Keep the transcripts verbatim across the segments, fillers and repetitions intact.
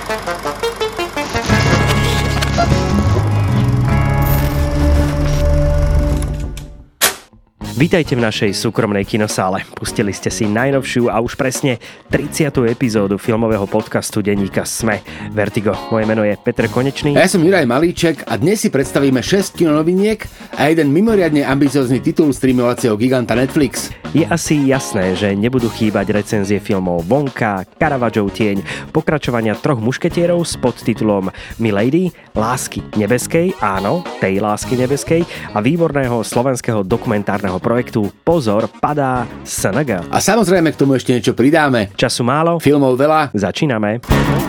Vítajte v našej súkromnej kinosále. Pustili ste si najnovšiu a už presne tridsiatu epizódu filmového podcastu denníka SME Vertigo. Moje meno je Peter Konečný. A ja som Juraj Malíček a dnes si predstavíme šesť kinonoviniek a jeden mimoriadne ambiciózny titul streamovacieho giganta Netflix. Je asi jasné, že nebudú chýbať recenzie filmov Wonka, Caravaggeov tieň, pokračovania Troch mušketierov s podtitulom Milady, Lásky nebeskej, áno, tej Lásky nebeskej a výborného slovenského dokumentárneho projektu Pozor, padá es en gé. A samozrejme k tomu ešte niečo pridáme. Času málo, Filmov veľa. Začíname.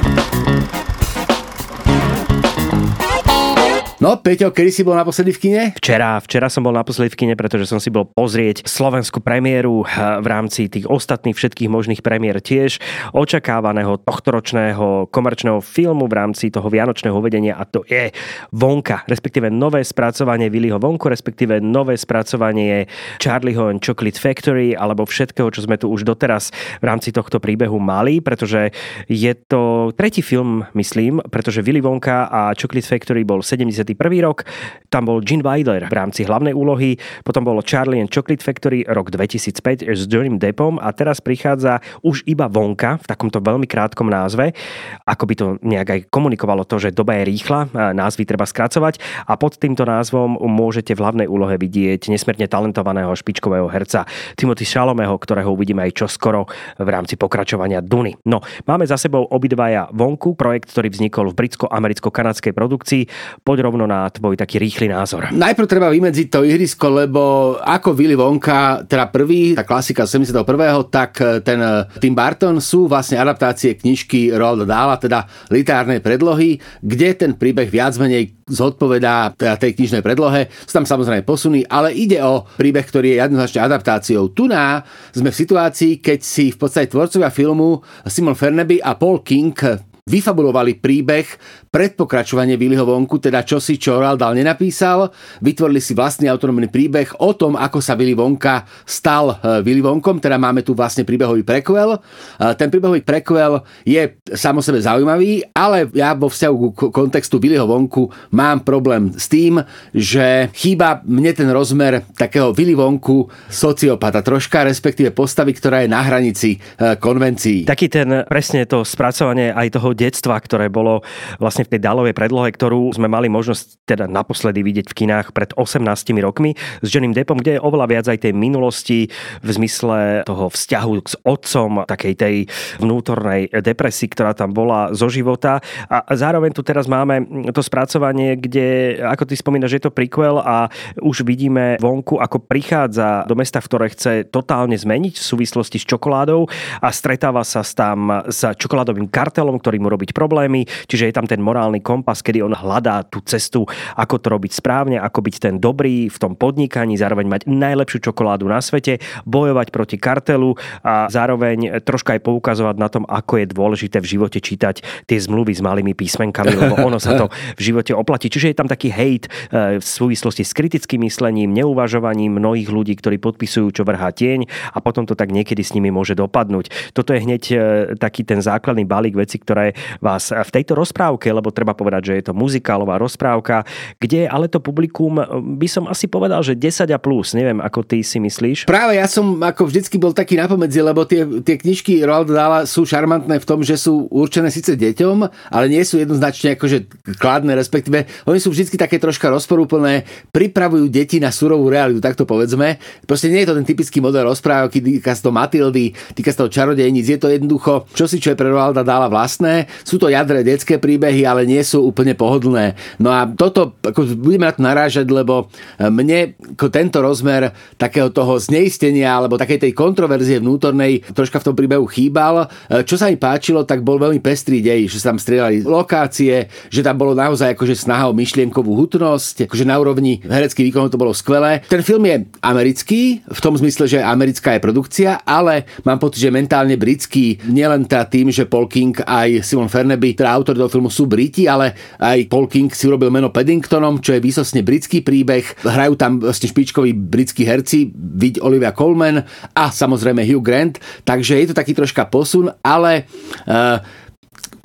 No, Peťo, kedy si bol naposledy v kine? Včera, včera som bol naposledy v kine, pretože som si bol pozrieť slovenskú premiéru v rámci tých ostatných všetkých možných premiér tiež, očakávaného tohtoročného komerčného filmu v rámci toho vianočného uvedenia, a to je Wonka, respektíve nové spracovanie Willyho Wonku, respektíve nové spracovanie Charlieho and Chocolate Factory, alebo všetkého, čo sme tu už doteraz v rámci tohto príbehu mali, pretože je to tretí film, myslím, pretože Willy Wonka a Chocolate Factory bol sedemdesiaty prvý rok, tam bol Gene Wilder v rámci hlavnej úlohy, potom bolo Charlie and Chocolate Factory rok dvetisícpäť s Johnnym Deppom a teraz prichádza už iba Wonka v takomto veľmi krátkom názve, ako by to nejak aj komunikovalo to, že doba je rýchla, názvy treba skracovať a pod týmto názvom môžete v hlavnej úlohe vidieť nesmierne talentovaného špičkového herca Timothée Chalametho, ktorého uvidíme aj čoskoro v rámci pokračovania Duny. No, máme za sebou obidvaja Wonku, projekt, ktorý vznikol v britsko-americko-kanadskej produkcii. Poď rovno na tvoj taký rýchly názor. Najprv treba vymedziť to ihrisko, lebo ako Willy Wonka, teda prvý, tá klasika z sedemdesiateho prvého, tak ten Tim Burton sú vlastne adaptácie knižky Roalda Dahla, teda literárnej predlohy, kde ten príbeh viac menej zodpovedá teda tej knižnej predlohe. Sú tam samozrejme posuny, ale ide o príbeh, ktorý je jednoznačne adaptáciou. Tu na sme v situácii, keď si v podstate tvorcovia filmu Simon Farnaby a Paul King vyfabulovali príbeh pred pokračovanie Willyho Wonku, teda čosi, čo Roald Dahl nenapísal. Vytvorili si vlastný autonómny príbeh o tom, ako sa Willy Wonka stal Willy Wonkom, teda máme tu vlastne príbehový prequel. Ten príbehový prequel je sám o sebe zaujímavý, ale ja vo vzťahu k kontextu Willyho Wonku mám problém s tým, že chýba mne ten rozmer takého Willy Wonku sociopata troška, respektíve postavy, ktorá je na hranici konvencií. Taký ten, presne to spracovanie aj toho detstva, ktoré bolo vlastne v tej Dahlovej predlohe, ktorú sme mali možnosť teda naposledy vidieť v kinách pred osemnástimi rokmi s Johnnym Deppom, kde je oveľa viac aj tej minulosti v zmysle toho vzťahu s otcom, takej tej vnútornej depresii, ktorá tam bola zo života. A zároveň tu teraz máme to spracovanie, kde, ako ty spomínaš, je to prequel a už vidíme Wonku, ako prichádza do mesta, v ktoré chce totálne zmeniť v súvislosti s čokoládou a stretáva sa tam s čokoládovým kartelom, ktorý mu robiť problémy, čiže je tam ten morálny kompas, kedy on hľadá tú cestu, ako to robiť správne, ako byť ten dobrý v tom podnikaní, zároveň mať najlepšiu čokoládu na svete, bojovať proti kartelu a zároveň troška aj poukazovať na tom, ako je dôležité v živote čítať tie zmluvy s malými písmenkami, lebo ono sa to v živote oplatí. Čiže je tam taký hejt v súvislosti s kritickým myslením, neuvažovaním mnohých ľudí, ktorí podpisujú, čo vrhá tieň a potom to tak niekedy s nimi môže dopadnúť. Toto je hneď taký ten základný balík vecí, ktoré vás v tejto rozprávke, lebo treba povedať, že je to muzikálová rozprávka, kde ale to publikum by som asi povedal, že desať a plus, neviem, ako ty si myslíš. Práve ja som ako vždycky bol taký napomedzi, lebo tie, tie knižky Roalda Dahla sú šarmantné v tom, že sú určené síce deťom, ale nie sú jednoznačne akože kladné, respektíve oni sú vždycky také troška rozporúplné, pripravujú deti na surovú realitu, tak to povedzme. Proste nie je to ten typický model rozprávky, týka sa to Matildy, týka sa to čarodejníc, je to jednoducho čosi, čo je pre Roalda Dahla vlastné. Sú to jadré detské príbehy, ale nie sú úplne pohodlné. No a toto, ako budeme na to narážať, lebo mne ako tento rozmer takého toho zneistenia alebo takej tej kontroverzie vnútornej troška v tom príbehu chýbal. Čo sa mi páčilo, tak bol veľmi pestrý dej, že sa tam strieľali lokácie, že tam bolo naozaj akože snaha o myšlienkovú hutnosť, akože na úrovni hereckých výkonov to bolo skvelé. Ten film je americký, v tom zmysle, že americká je produkcia, ale mám pocit, že mentálne britský, nielen teda tým, že Paul King aj Simon Farnaby, teda autor toho filmu, sú Briti, ale aj Paul King si urobil meno Paddingtonom, čo je výsostne britský príbeh. Hrajú tam vlastne špičkoví britskí herci, viď Olivia Colman a samozrejme Hugh Grant, takže je to taký troška posun, ale uh,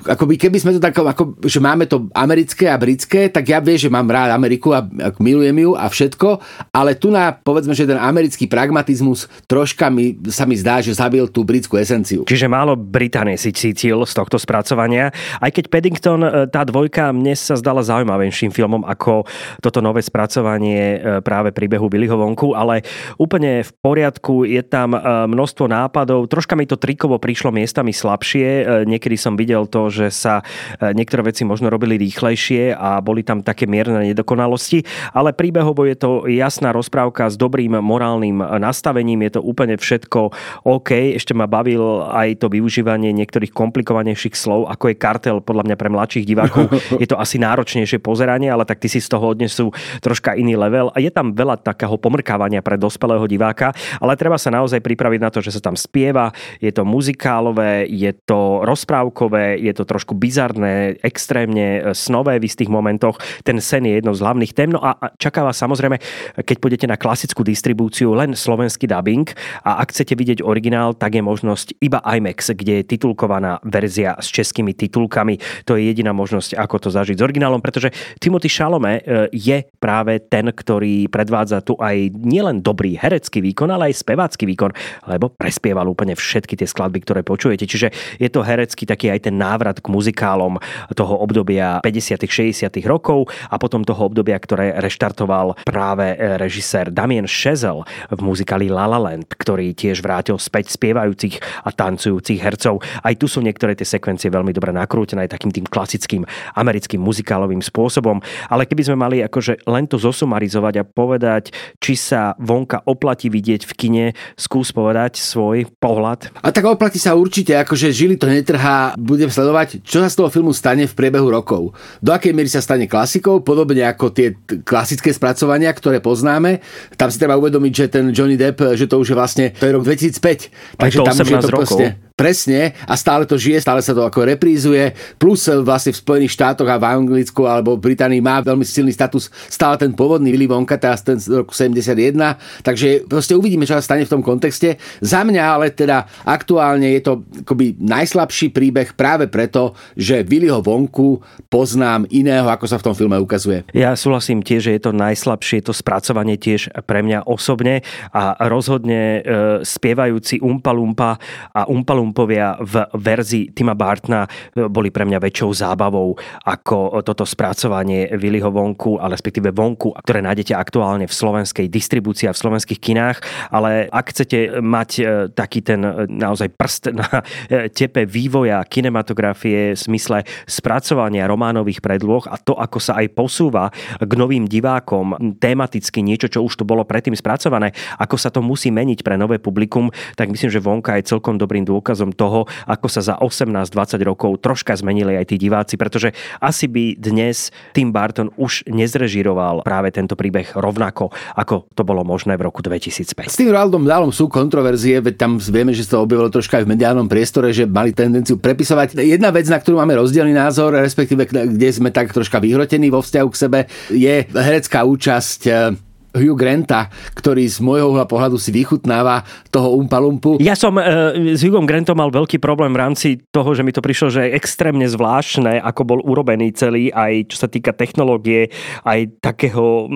akoby keby sme to tak, ako, že máme to americké a britské, tak ja viem, že mám rád Ameriku a milujem ju a všetko, ale tu na, povedzme, že ten americký pragmatizmus troška mi, sa mi zdá, že zabil tú britskú esenciu. Čiže málo Británie si cítil z tohto spracovania. Aj keď Paddington, tá dvojka, mne sa zdala zaujímavejším filmom ako toto nové spracovanie práve príbehu Willyho Wonku, ale úplne v poriadku, je tam množstvo nápadov. Troška mi to trikovo prišlo miestami slabšie. Niekedy som videl to, že sa niektoré veci možno robili rýchlejšie a boli tam také mierne nedokonalosti, ale príbehovo je to jasná rozprávka s dobrým morálnym nastavením, je to úplne všetko OK. Ešte ma bavil aj to využívanie niektorých komplikovanejších slov, ako je kartel, podľa mňa pre mladších divákov. Je to asi náročnejšie pozeranie, ale tak ty si z toho odnesú troška iný level a je tam veľa takého pomrkávania pre dospelého diváka, ale treba sa naozaj pripraviť na to, že sa tam spieva, je to muzikálové, je to rozprávkové, je to trošku bizarné, extrémne snové v istých momentoch. Ten sen je jednou z hlavných tém. No a čaká vás samozrejme, keď pôjdete na klasickú distribúciu, len slovenský dubbing a ak chcete vidieť originál, tak je možnosť iba IMAX, kde je titulkovaná verzia s českými titulkami. To je jediná možnosť, ako to zažiť s originálom, pretože Timothée Chalamet je práve ten, ktorý predvádza tu aj nielen dobrý herecký výkon, ale aj spevácky výkon, lebo prespieval úplne všetky tie skladby, ktoré počujete. Čiže je to herecký taký aj ten návrat k muzikálom toho obdobia päťdesiatych šesťdesiatych rokov a potom toho obdobia, ktoré reštartoval práve režisér Damien Chazelle v muzikáli La La Land, ktorý tiež vrátil späť spievajúcich a tancujúcich hercov. Aj tu sú niektoré tie sekvencie veľmi dobre nakrútené takým tým klasickým americkým muzikálovým spôsobom. Ale keby sme mali akože len to zosumarizovať a povedať, či sa Wonka oplatí vidieť v kine, skús povedať svoj pohľad. A tak oplatí sa určite, akože žili to netrhá, budem sledovať, čo sa z toho filmu stane v priebehu rokov. Do akej miery sa stane klasikou, podobne ako tie klasické spracovania, ktoré poznáme. Tam si treba uvedomiť, že ten Johnny Depp, že to už je vlastne, to je rok dvetisícpäť. Takže tam už je to proste presne a stále to žije, stále sa to ako reprízuje, plus vlastne v Spojených štátoch a v Anglicku alebo v Británii má veľmi silný status stále ten pôvodný Willy Wonka, teraz ten z roku sedemdesiatjeden, takže proste uvidíme, čo sa stane v tom kontexte. Za mňa ale teda aktuálne je to akoby najslabší príbeh práve preto, že Willyho Wonku poznám iného, ako sa v tom filme ukazuje. Ja súhlasím tiež, že je to najslabšie, to spracovanie tiež pre mňa osobne a rozhodne e, spievajúci Umpa Lumpa a Umpa Lumpovia v verzii Tima Burtona boli pre mňa väčšou zábavou ako toto spracovanie Willyho Wonku, a respektíve Wonku, ktoré nájdete aktuálne v slovenskej distribúcii a v slovenských kinách, ale ak chcete mať taký ten naozaj prst na tepe vývoja kinematografie v smysle spracovania románových predloh a to, ako sa aj posúva k novým divákom tematicky niečo, čo už to bolo predtým spracované, ako sa to musí meniť pre nové publikum, tak myslím, že Wonka je celkom dobrým dôkazom toho, ako sa za osemnásť dvadsať rokov troška zmenili aj tí diváci, pretože asi by dnes Tim Burton už nezrežíroval práve tento príbeh rovnako, ako to bolo možné v roku dvetisícpäť. S tým Roaldom Dahlom sú kontroverzie, veď tam vieme, že sa to objavilo troška aj v mediálnom priestore, že mali tendenciu prepisovať. Jedna vec, na ktorú máme rozdielny názor, respektíve kde sme tak troška vyhrotení vo vzťahu k sebe, je herecká účasť Hugh Granta, ktorý z môjho uhla pohľadu si vychutnáva toho Umpa Lumpu. Ja som e, s Hughom Grantom mal veľký problém v rámci toho, že mi to prišlo, že je extrémne zvláštne, ako bol urobený celý, aj čo sa týka technológie, aj takého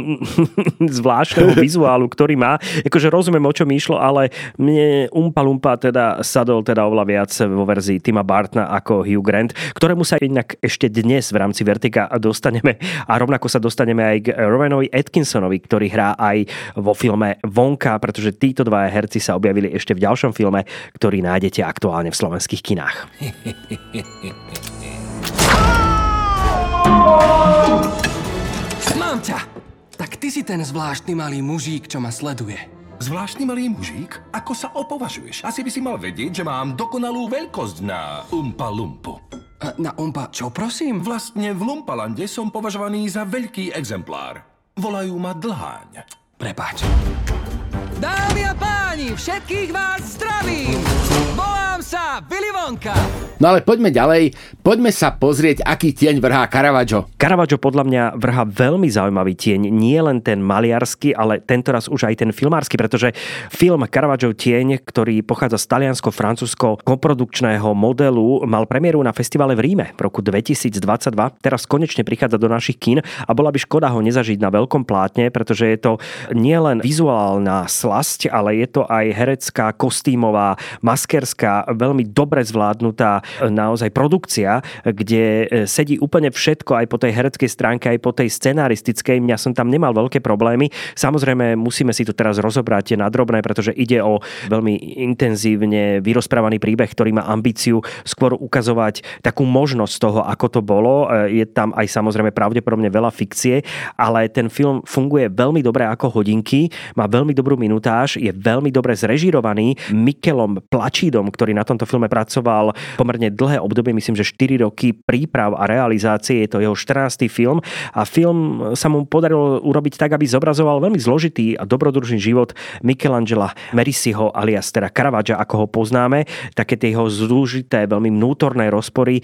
zvláštneho vizuálu, ktorý má. Akože rozumiem, o čom išlo, ale mne Umpa Lumpa teda sadol teda oveľa viac vo verzii Tima Burtona ako Hugh Grant, ktorému sa inak ešte dnes v rámci Vertiga dostaneme a rovnako sa dostaneme aj k Rowanovi Atkinsonovi, ktorý hrá aj vo filme Wonka, pretože títo dvaja herci sa objavili ešte v ďalšom filme, ktorý nájdete aktuálne v slovenských kinách. Mám ťa! Tak ty si ten zvláštny malý mužík, čo ma sleduje. Zvláštny malý mužík? Ako sa opovažuješ? Asi by si mal vedieť, že mám dokonalú veľkosť na Umpa Lumpu. Na Umpa čo, prosím? Vlastne v Lumpalande som považovaný za veľký exemplár. Volajú ma Dlháň. Prepáč. Dámy a páni, všetkých vás zdravím! Volám Chystám sa, Willy Wonka! No ale poďme ďalej, poďme sa pozrieť, aký tieň vrhá Caravaggio. Caravaggio podľa mňa vrhá veľmi zaujímavý tieň, nie len ten maliarsky, ale tentoraz už aj ten filmársky, pretože film Caravaggio tieň, ktorý pochádza z taliansko-francúzsko koprodukčného modelu, mal premiéru na festivale v Ríme v roku dvetisícdvadsaťdva. Teraz konečne prichádza do našich kín a bola by škoda ho nezažiť na veľkom plátne, pretože je to nielen vizuálna slasť, ale je to aj herecká, kostýmová, maskerská, veľmi dobre zvládnutá naozaj produkcia, kde sedí úplne všetko aj po tej hereckej stránke, aj po tej scenaristickej. Mňa som tam nemal veľké problémy. Samozrejme, musíme si to teraz rozobrať na drobné, pretože ide o veľmi intenzívne vyrozprávaný príbeh, ktorý má ambíciu skôr ukazovať takú možnosť toho, ako to bolo. Je tam aj samozrejme pravdepodobne veľa fikcie, ale ten film funguje veľmi dobre ako hodinky, má veľmi dobrú minutáž, je veľmi dobre zrežírovaný Michelom Placidom, ktorý na tomto filme pracoval pomerne dlhé obdobie, myslím, že štyri roky príprav a realizácie, je to jeho štrnásty film a film sa mu podarilo urobiť tak, aby zobrazoval veľmi zložitý a dobrodružný život Michelangela Merisiho alias teda Caravaggia, ako ho poznáme, také tie jeho zúžité, veľmi vnútorné rozpory,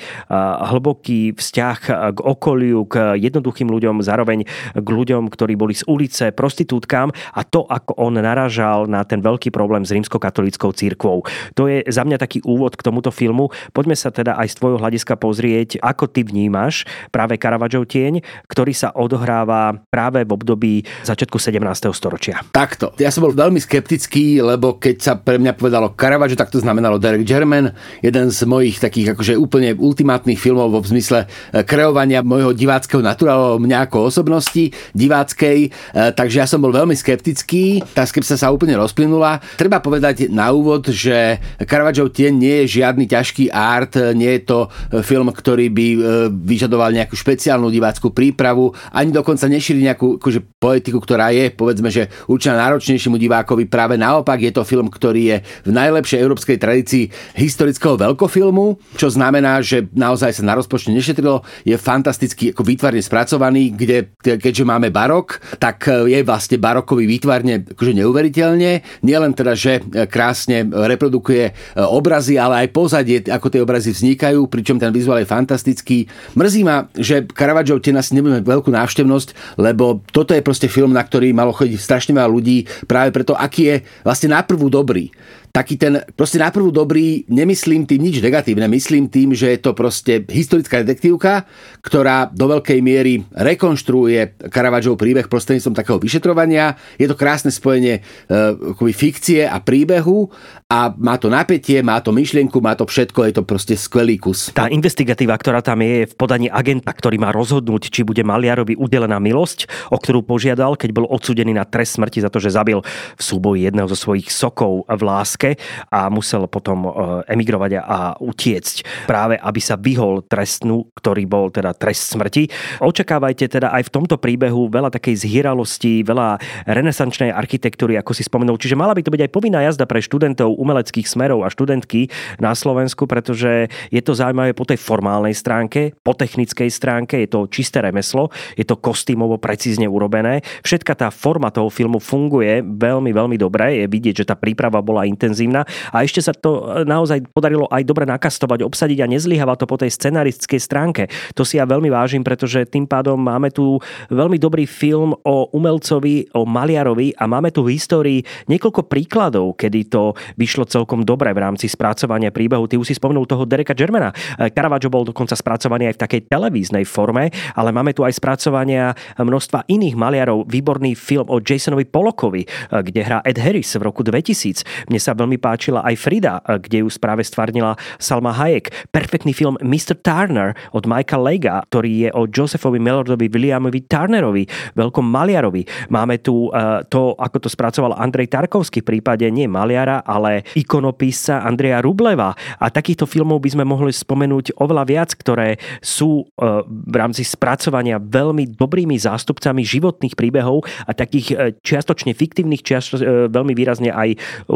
hlboký vzťah k okoliu, k jednoduchým ľuďom, zároveň k ľuďom, ktorí boli z ulice, prostitútkám a to, ako on narážal na ten veľký problém s rímskokatolíckou cirkvou. To je za mňa taký úvod k tomuto filmu. Poďme sa teda aj z tvojho hľadiska pozrieť, ako ty vnímaš práve Caravaggio tieň, ktorý sa odohráva práve v období začiatku sedemnásteho storočia. Takto. Ja som bol veľmi skeptický, lebo keď sa pre mňa povedalo Caravaggio, tak to znamenalo Derek Jarman, jeden z mojich takých akože úplne ultimátnych filmov vo zmysle kreovania môjho diváckeho naturálu, mňa ako osobnosti diváckej, takže ja som bol veľmi skeptický, tá skepsa sa úplne rozplynula. Treba povedať na úvod, že Caravaggio tieň nie je žiadny ťažký art, nie je to film, ktorý by vyžadoval nejakú špeciálnu divácku prípravu, ani dokonca nešíri nejakú akože, poetiku, ktorá je, povedzme, že určená náročnejšiemu divákovi. Práve naopak, je to film, ktorý je v najlepšej európskej tradícii historického veľkofilmu, čo znamená, že naozaj sa na rozpočte nešetrilo, je fantasticky ako výtvarne spracovaný, kde keďže máme barok, tak je vlastne barokový výtvarne akože neuveriteľne. Nielen teda, že krásne reprodukuje obrazy, ale aj pozadie, ako tie obrazy vznikajú, pričom ten vizuál je fantastický. Mrzí ma, že Caravaggio tieň asi nebude mať veľkú návštevnosť, lebo toto je proste film, na ktorý malo chodiť strašne veľa ľudí, práve preto, aký je vlastne naprvu dobrý. Taký ten, proste naprvu dobrý, nemyslím tým nič negatívne, myslím tým, že je to proste historická detektívka, ktorá do veľkej miery rekonštruuje Caravaggiov príbeh prostredníctvom takého vyšetrovania. Je to krásne spojenie e, fikcie a príbehu a má to napätie, má to myšlienku, má to všetko, je to proste skvelý kus. Tá investigatíva, ktorá tam je, je v podaní agenta, ktorý má rozhodnúť, či bude Maliarovi udelená milosť, o ktorú požiadal, keď bol odsúdený na trest smrti za to, že zabil v súboji jedného zo svojich sokov v láske a musel potom emigrovať a utiecť, práve aby sa vyhol trestu, ktorý bol teda trest smrti. Očakávajte teda aj v tomto príbehu veľa takej zhýralosti, veľa renesančnej architektúry, ako si spomenul. Čiže mala by to byť aj povinná jazda pre študentov umeleckých smerov a študentky na Slovensku, pretože je to zaujímavé po tej formálnej stránke, po technickej stránke, je to čisté remeslo, je to kostýmovo precízne urobené. Všetka tá forma toho filmu funguje veľmi, veľmi dobre. Je vidieť, že tá príprava bola intenzívna a ešte sa to naozaj podarilo aj dobre nakastovať, obsadiť a nezlyháva to po tej scenaristickej stránke. To si ja veľmi vážim, pretože tým pádom máme tu veľmi dobrý film o umelcovi, o maliarovi a máme tu v histórii niekoľko príkladov, kedy to vyšlo celkom dobre v rámci spracovania príbehu. Ty už si spomenul toho Dereka Jarmana. Caravaggio bol dokonca spracovaný aj v takej televíznej forme, ale máme tu aj spracovania množstva iných maliarov. Výborný film o Jasonovi Pollockovi, kde hrá Ed Harris v roku dvetisíc. Mne sa veľmi páčila aj Frida, kde ju práve stvárnila Salma Hayek. Perfektný film mister Turner od Michaela Lega, ktorý je o Josephovi Millardovi Williamovi Turnerovi, veľkom maliarovi. Máme tu uh, to, ako to spracoval Andrej Tarkovský v prípade nie maliara, ale ikonopísca Andreja Rubleva. A takýchto filmov by sme mohli spomenúť oveľa viac, ktoré sú uh, v rámci spracovania veľmi dobrými zástupcami životných príbehov a takých uh, čiastočne fiktívnych, čiastočne uh, veľmi výrazne aj uh, uveriteľných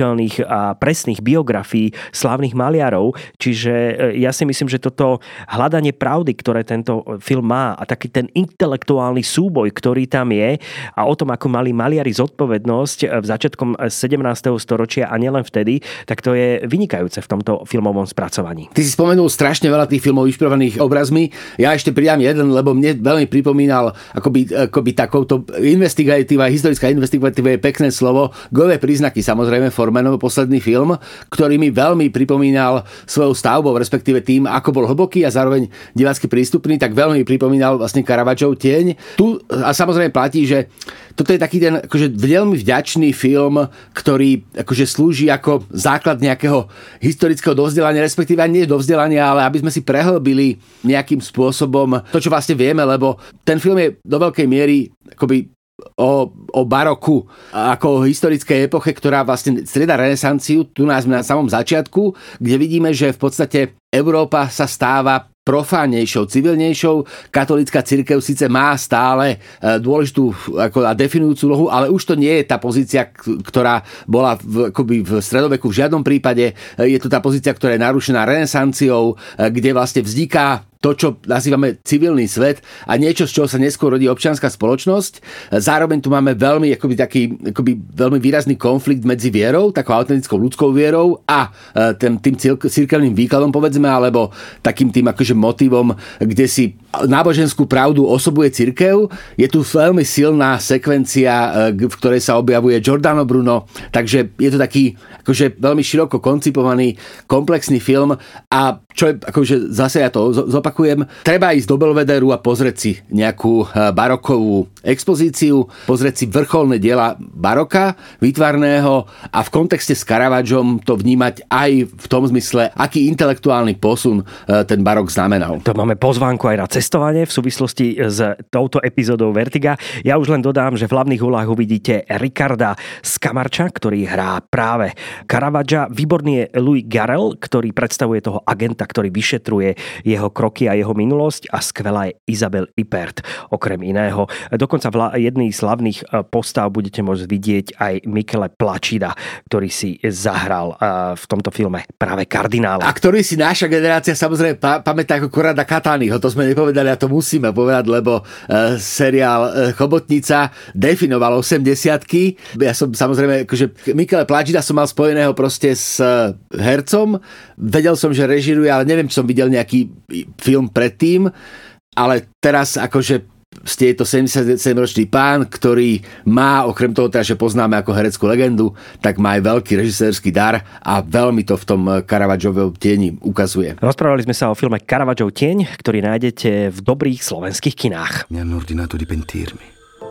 neuveriteľných a presných biografií slávnych maliarov. Čiže ja si myslím, že toto hľadanie pravdy, ktoré tento film má a taký ten intelektuálny súboj, ktorý tam je a o tom, ako mali maliari zodpovednosť v začiatkom sedemnásteho storočia a nielen vtedy, tak to je vynikajúce v tomto filmovom spracovaní. Ty si spomenul strašne veľa tých filmov inšpirovaných obrazmi. Ja ešte pridám jeden, lebo mne veľmi pripomínal akoby, akoby takouto investigatíva, historická investigatíva je pekné slovo, Gové príznaky, samozrejme Formanov posledný film, ktorý mi veľmi pripomínal svojou stavbou, respektíve tým, ako bol hlboký a zároveň divácky prístupný, tak veľmi pripomínal vlastne Caravaggio Tieň. Tu a samozrejme platí, že toto je taký ten akože veľmi vďačný film, ktorý akože slúži ako základ nejakého historického dovzdelania, respektíve nie dovzdelania, ale aby sme si prehlbili nejakým spôsobom to, čo vlastne vieme, lebo ten film je do veľkej miery akoby o, o baroku ako o historickej epoche, ktorá vlastne strieda renesanciu. Tu nás na samom začiatku, kde vidíme, že v podstate Európa sa stáva profánejšou, civilnejšou. Katolícka cirkev síce má stále dôležitú ako, a definujúcu úlohu, ale už to nie je tá pozícia, ktorá bola v, akoby v stredoveku v žiadnom prípade. Je to tá pozícia, ktorá je narušená renesanciou, kde vlastne vzniká to, čo nazývame civilný svet a niečo, z čoho sa neskôr rodí občianska spoločnosť. Zároveň tu máme veľmi, akoby, taký, akoby, veľmi výrazný konflikt medzi vierou, takou autentickou ľudskou vierou a tým, tým cirkevným výkladom, povedzme, alebo takým tým akože motivom, kde si náboženskú pravdu osobuje cirkev. Je tu veľmi silná sekvencia, v ktorej sa objavuje Giordano Bruno, takže je to taký akože veľmi široko koncipovaný, komplexný film a čo je, akože zase ja to zopakujem, treba ísť do Belvederu a pozrieť si nejakú barokovú expozíciu, pozrieť si vrcholné diela baroka výtvarného a v kontexte s Caravaggiom to vnímať aj v tom zmysle, aký intelektuálny posun ten barok znamenal. To máme pozvánku aj na cestovanie v súvislosti s touto epizódou Vertiga. Ja už len dodám, že v hlavných úlohách uvidíte Ricarda Scamarcia, ktorý hrá práve Caravaggia. Výborný je Louis Garrel, ktorý predstavuje toho agenta, ktorý vyšetruje jeho kroky a jeho minulosť a skvelá je Isabelle Huppert, okrem iného. Dokonca v jednej z hlavných postav budete môcť vidieť aj Michele Placida, ktorý si zahral v tomto filme práve kardinála. A ktorý si naša generácia samozrejme pá- pamätá ako Korada Katányho. To sme nepovedali a to musíme povedať, lebo uh, seriál uh, Chobotnica definoval osemdesiatky. Ja som samozrejme, akože Michele Placida som mal spojeného proste s uh, hercom. Vedel som, že režiruje, ale neviem, či som videl nejaký film predtým, ale teraz akože ste to sedemdesiatsedemročný pán, ktorý má, okrem toho teda, že poznáme ako hereckú legendu, tak má aj veľký režisérsky dar a veľmi to v tom Caravaggiovom Tieni ukazuje. Rozprávali sme sa o filme Caravaggiov Tieň, ktorý nájdete v dobrých slovenských kinách. Mi hanno ordinato di pentirmi.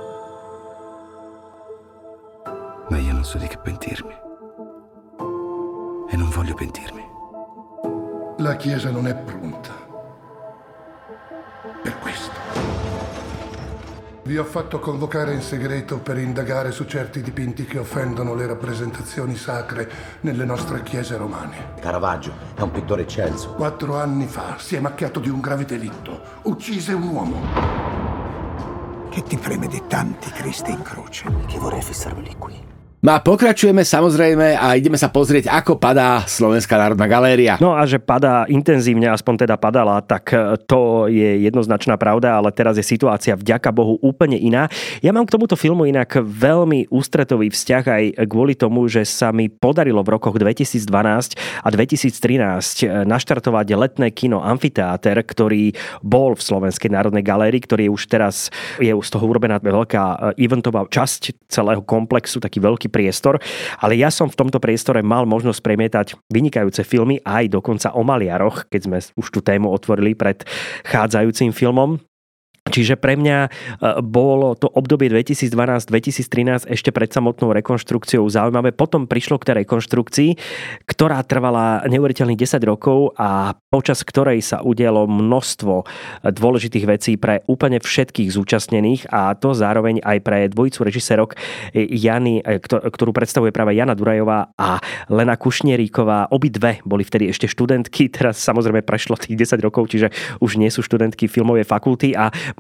Ma io non so di che pentirmi. E non voglio pentirmi. La Chiesa non è pronta. Per questo. Vi ho fatto convocare in segreto per indagare su certi dipinti che offendono le rappresentazioni sacre nelle nostre chiese romane. Caravaggio è un pittore eccelso. Quattro anni fa si è macchiato di un grave delitto. Uccise un uomo. Che ti preme di tanti Cristi in croce? Che vorrei fissarmi lì qui. No a pokračujeme samozrejme a ideme sa pozrieť, ako padá Slovenská národná galéria. No a že padá intenzívne, aspoň teda padala, tak to je jednoznačná pravda, ale teraz je situácia vďaka Bohu úplne iná. Ja mám k tomuto filmu inak veľmi ústretový vzťah aj kvôli tomu, že sa mi podarilo v rokoch dvetisícdvanásť a dvetisíctrinásť naštartovať letné kino Amfiteáter, ktorý bol v Slovenskej národnej galérii, ktorý je už teraz, je z toho urobená veľká eventová časť celého komplexu, taký veľký priestor, ale ja som v tomto priestore mal možnosť premietať vynikajúce filmy aj dokonca o maliaroch, keď sme už tú tému otvorili pred chádzajúcim filmom. Čiže pre mňa bolo to obdobie dvetisícdvanásť dvetisíctrinásť ešte pred samotnou rekonštrukciou zaujímavé. Potom prišlo k tej rekonštrukcii, ktorá trvala neuveriteľných desať rokov a počas ktorej sa udialo množstvo dôležitých vecí pre úplne všetkých zúčastnených a to zároveň aj pre dvojicu režisérok Jany, ktorú predstavuje práve Jana Durajová a Lena Kušnieríková. Obidve boli vtedy ešte študentky, teraz samozrejme prešlo tých desať rokov, čiže už nie sú študentky filmovej fakulty a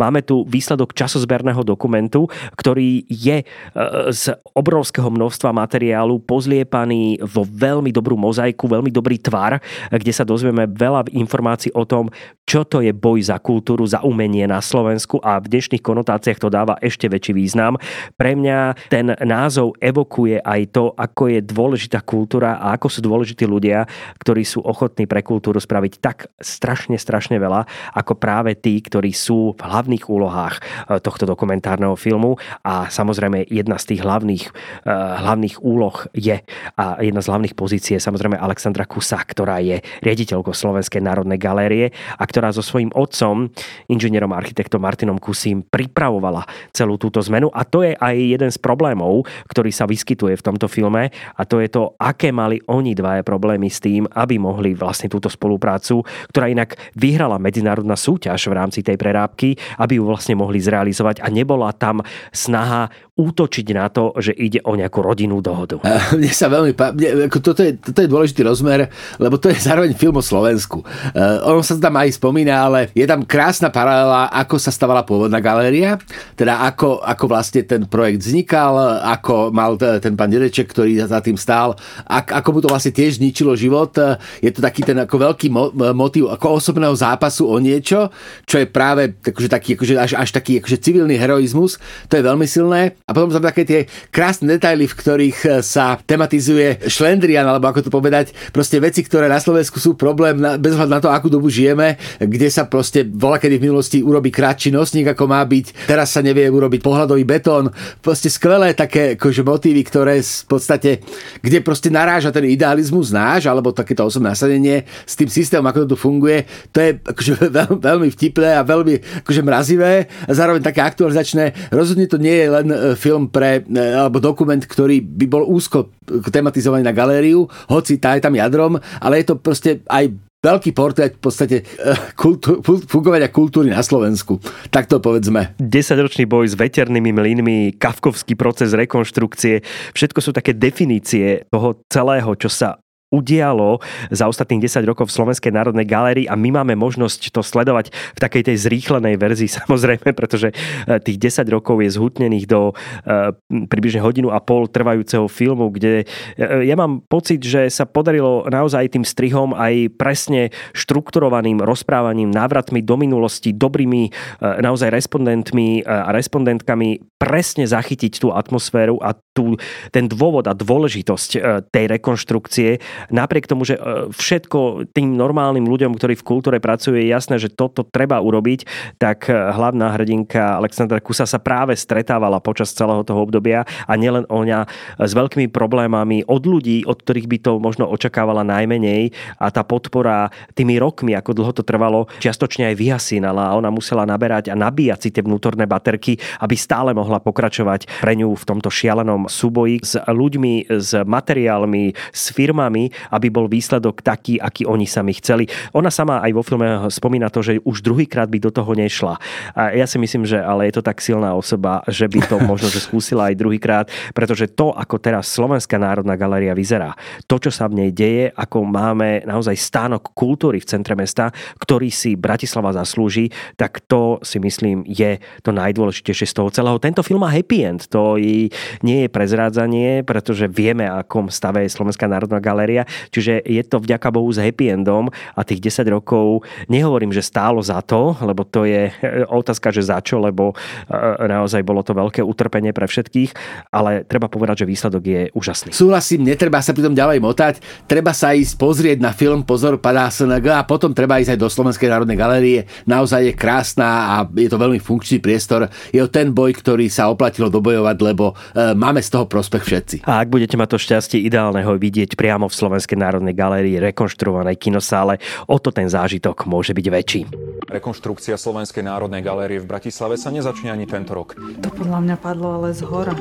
Máme tu výsledok časozberného dokumentu, ktorý je z obrovského množstva materiálu pozliepaný vo veľmi dobrú mozaiku, veľmi dobrý tvar, kde sa dozvieme veľa informácií o tom, čo to je boj za kultúru, za umenie na Slovensku a v dnešných konotáciách to dáva ešte väčší význam. Pre mňa ten názov evokuje aj to, ako je dôležitá kultúra a ako sú dôležití ľudia, ktorí sú ochotní pre kultúru spraviť tak strašne, strašne veľa, ako práve tí, ktorí sú v hlavných úlohách tohto dokumentárneho filmu. A samozrejme jedna z tých hlavných, hlavných úloh je a jedna z hlavných pozícií je samozrejme Alexandra Kusa, ktorá je riaditeľkou Slovenskej národnej galérie a ktorá so svojím otcom, inžinierom architektom Martinom Kusím, pripravovala celú túto zmenu. A to je aj jeden z problémov, ktorý sa vyskytuje v tomto filme, a to je to, aké mali oni dvaja problémy s tým, aby mohli vlastne túto spoluprácu, ktorá inak vyhrala medzinárodná súťaž v rámci tej prerábky, aby ju vlastne mohli zrealizovať a nebola tam snaha útočiť na to, že ide o nejakú rodinnú dohodu. Mne sa veľmi pá... Mne, ako toto, je, toto je dôležitý rozmer, lebo to je zároveň film o Slovensku. Uh, ono sa tam aj spomína, ale je tam krásna paralela, ako sa stavala pôvodná galéria, teda ako, ako vlastne ten projekt vznikal, ako mal ten pán Dedeček, ktorý za tým stál, ak, ako mu to vlastne tiež zničilo život. Je to taký ten ako veľký mo- motív ako osobného zápasu o niečo, čo je práve akože taký, akože až, až taký akože civilný heroizmus. To je veľmi silné. A potom tam také tie krásne detaily, v ktorých sa tematizuje šlendrian, alebo ako to povedať, proste veci, ktoré na Slovensku sú problém na, bez ohľadu na to, akú dobu žijeme, kde sa proste voľakedy v minulosti urobí krátší nosník, ako má byť. Teraz sa nevie urobiť pohľadový betón. Proste skvelé také akože motívy, ktoré v podstate, kde proste naráža ten idealizmus náš, alebo takéto osobné nasadenie s tým systémom, ako to tu funguje. To je akože veľmi, veľmi vtipné a veľmi akože mrazivé a zároveň také aktualizačné. Rozhodne to nie je len film pre, alebo dokument, ktorý by bol úzko tematizovaný na galériu, hoci tá je tam jadrom, ale je to proste aj veľký portrét v podstate kultúr, fungovania kultúry na Slovensku. Tak to povedzme. desaťročný boj s veternými mlynmi, kafkovský proces rekonštrukcie, všetko sú také definície toho celého, čo sa udialo za ostatných desať rokov v Slovenskej národnej galérii a my máme možnosť to sledovať v takej tej zrýchlenej verzii, samozrejme, pretože tých desať rokov je zhutnených do približne hodinu a pol trvajúceho filmu, kde ja mám pocit, že sa podarilo naozaj tým strihom aj presne štrukturovaným rozprávaním, návratmi do minulosti, dobrými naozaj respondentmi a respondentkami presne zachytiť tú atmosféru a tú, ten dôvod a dôležitosť tej rekonštrukcie. Napriek tomu, že všetko tým normálnym ľuďom, ktorí v kultúre pracujú, je jasné, že toto treba urobiť, tak hlavná hrdinka Alexandra Kusa sa práve stretávala počas celého toho obdobia a nielen ona s veľkými problémami od ľudí, od ktorých by to možno očakávala najmenej, a tá podpora tými rokmi, ako dlho to trvalo, čiastočne aj vyhasínala a ona musela naberať a nabíjať si tie vnútorné baterky, aby stále mohla pokračovať pre ňu v tomto šialenom súboji s ľuďmi, s materiálmi, s firmami, aby bol výsledok taký, aký oni sami chceli. Ona sama aj vo filme spomína to, že už druhýkrát by do toho nešla. A ja si myslím, že ale je to tak silná osoba, že by to možno že skúsila aj druhýkrát, pretože to, ako teraz Slovenská národná galéria vyzerá, to, čo sa v nej deje, ako máme naozaj stánok kultúry v centre mesta, ktorý si Bratislava zaslúži, tak to si myslím je to najdôležitejšie z toho celého. Tento film má happy end, to nie je prezrádzanie, pretože vieme, akom stave je Slovenská národná galéria, čiže je to vďaka Bohu s happy endom a tých desať rokov nehovorím, že stálo za to, lebo to je otázka, že za čo, lebo naozaj bolo to veľké utrpenie pre všetkých, ale treba povedať, že výsledok je úžasný. Súhlasím, netreba sa pri tom ďalej motať, treba sa ísť pozrieť na film Pozor, padá es en gé a potom treba ísť aj do Slovenskej národnej galérie. Naozaj je krásna a je to veľmi funkčný priestor. Je to ten boj, ktorý sa oplatilo dobojovať, lebo e, máme z toho prospech všetci. A ak budete mať to šťastie ideálneho vidieť priamo v Slovenskej národnej galérii rekonštruovanej kinosále, o to ten zážitok môže byť väčší. Rekonštrukcia Slovenskej národnej galérie v Bratislave sa nezačne ani tento rok. To podľa mňa padlo ale z hora.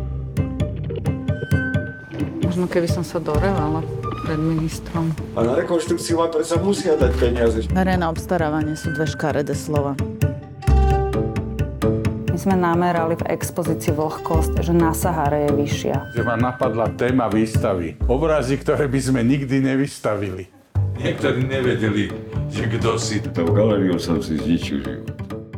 Možno keby som sa dorevala pred ministrom. A na rekonštrukciu vám predsa musia dať peniaze. Verejné obstarávanie sú dve škaredé slova. My sme namerali v expozícii vlhkosť, že na Sahare je vyššia. Že ma napadla téma výstavy. Obrazy, ktoré by sme nikdy nevystavili. Niektorí nevedeli, že kto si. Tou galériou som si zničil život.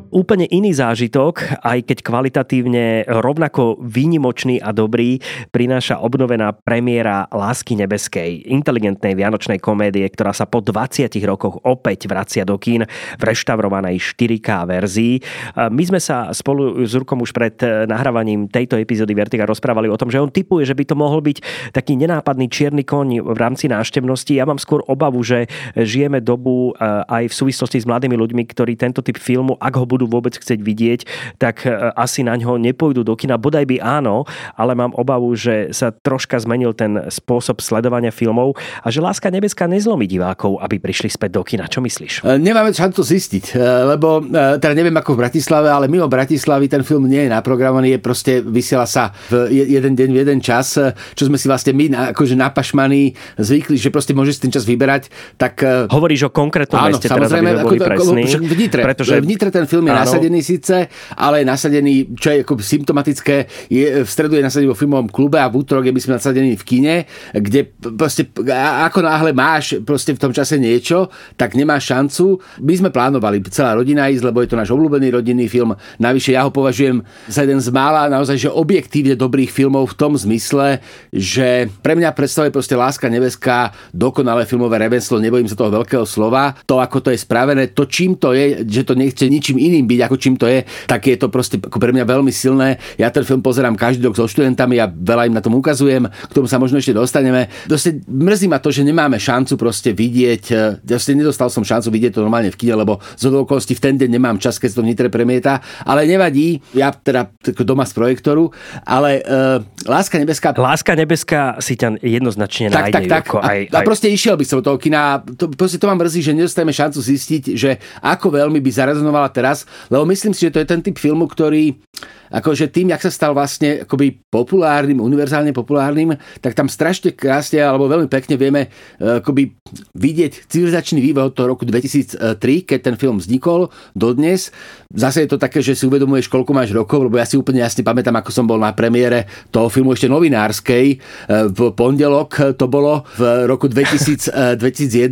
Úplne iný zážitok, aj keď kvalitatívne rovnako výnimočný a dobrý, prináša obnovená premiéra Lásky nebeskej, inteligentnej vianočnej komédie, ktorá sa po dvadsiatich rokoch opäť vracia do kín v reštaurovanej štyri ká verzii. My sme sa spolu s Jurkom už pred nahrávaním tejto epizódy Vertiga rozprávali o tom, že on tipuje, že by to mohol byť taký nenápadný čierny koň v rámci návštevnosti. Ja mám skôr obavu, že žijeme dobu aj v súvislosti s mladými ľuďmi, ktorí tento typ filmu, ak ho budú vôbec chcieť vidieť, tak asi na ňo nepôjdu do kina. Bodaj by áno, ale mám obavu, že sa troška zmenil ten spôsob sledovania filmov a že Láska nebeská nezlomí divákov, aby prišli späť do kina. Čo myslíš? Nemáme šancu zistiť, lebo teda neviem ako v Bratislave, ale mimo Bratislavy ten film nie je naprogramovaný, je proste vysiela sa v jeden deň, v jeden čas, čo sme si vlastne my akože napašmaní zvykli, že proste môžeš ten čas vyberať. Tak hovoríš o konkrétnom meste, teraz aby sme boli presní. V Nitre, pretože v Nitre ten film je áno. nasadený síce, ale je nasadený, čo je ako symptomatické, je, v stredu je nasadený vo filmovom klube a v útorok je by sme nasadený v kine, kde proste ako náhle máš proste v tom čase niečo, tak nemáš šancu. My sme plánovali celá rodina ísť, lebo je to náš obľúbený rodinný film. Navyše ja ho považujem za jeden z mála naozaj, že objektívne dobrých filmov v tom zmysle, že pre mňa predstavuje proste Láska nebeská dokonalé filmové remeslo, nebojím sa toho veľkého slova. To, ako to je spravené, to čím to je, že to nechce ničím iným byť, ako čím to je, tak je to proste ako pre mňa veľmi silné. Ja ten film pozerám každý rok so študentami a veľa im na tom ukazujem, k tomu sa možno ešte dostaneme. Proste mrzí ma to, že nemáme šancu proste vidieť, ja nedostal som šancu vidieť to normálne v kine, lebo z okolností v ten deň nemám čas, keď sa to v Nitre premieta, ale nevadí, ja teda doma z projektoru, ale uh, Láska nebeská... Láska nebeská si ťa jednoznačne tak, nájde. Tak, tak, a, aj, a proste išiel by som do toho kina. To, proste to ma mrzí, že nedostaneme šancu zistiť, že ako veľmi by zarezonovala teraz, lebo myslím si, že to je ten typ filmu, ktorý akože tým, jak sa stal vlastne akoby populárnym, univerzálne populárnym, tak tam strašne krásne alebo veľmi pekne vieme akoby vidieť civilizačný vývoj od toho roku dvetisíctri, keď ten film vznikol dodnes. Zase je to také, že si uvedomuješ, koľko máš rokov, lebo ja si úplne jasne pamätám, ako som bol na premiére toho filmu ešte novinárskej. V pondelok to bolo v roku dvetisíc, dvetisícjeden.